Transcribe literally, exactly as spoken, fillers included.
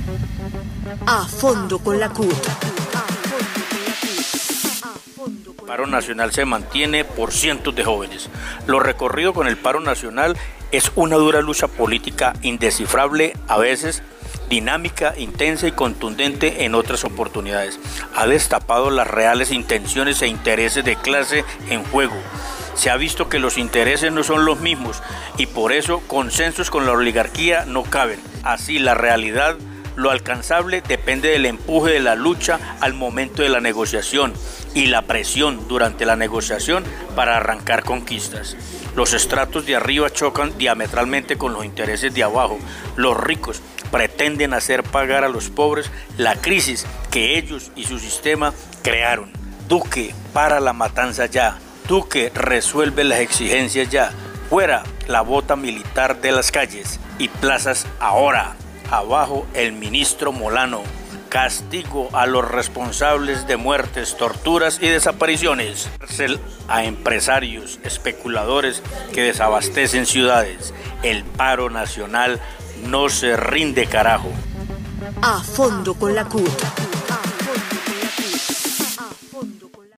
A fondo con la C U T. El paro nacional se mantiene por cientos de jóvenes. Lo recorrido con el paro nacional es una dura lucha política indescifrable, a veces dinámica, intensa y contundente en otras oportunidades. Ha destapado las reales intenciones e intereses de clase en juego. Se ha visto que los intereses no son los mismos y por eso consensos con la oligarquía no caben. Así la realidad, lo alcanzable depende del empuje de la lucha al momento de la negociación y la presión durante la negociación para arrancar conquistas. Los estratos de arriba chocan diametralmente con los intereses de abajo. Los ricos pretenden hacer pagar a los pobres la crisis que ellos y su sistema crearon. Duque, para la matanza ya. Duque, resuelve las exigencias ya. Fuera la bota militar de las calles y plazas ahora. Abajo el ministro Molano. Castigo a los responsables de muertes, torturas y desapariciones. Cárcel a empresarios, especuladores que desabastecen ciudades. El paro nacional no se rinde, carajo. A fondo con la C U T.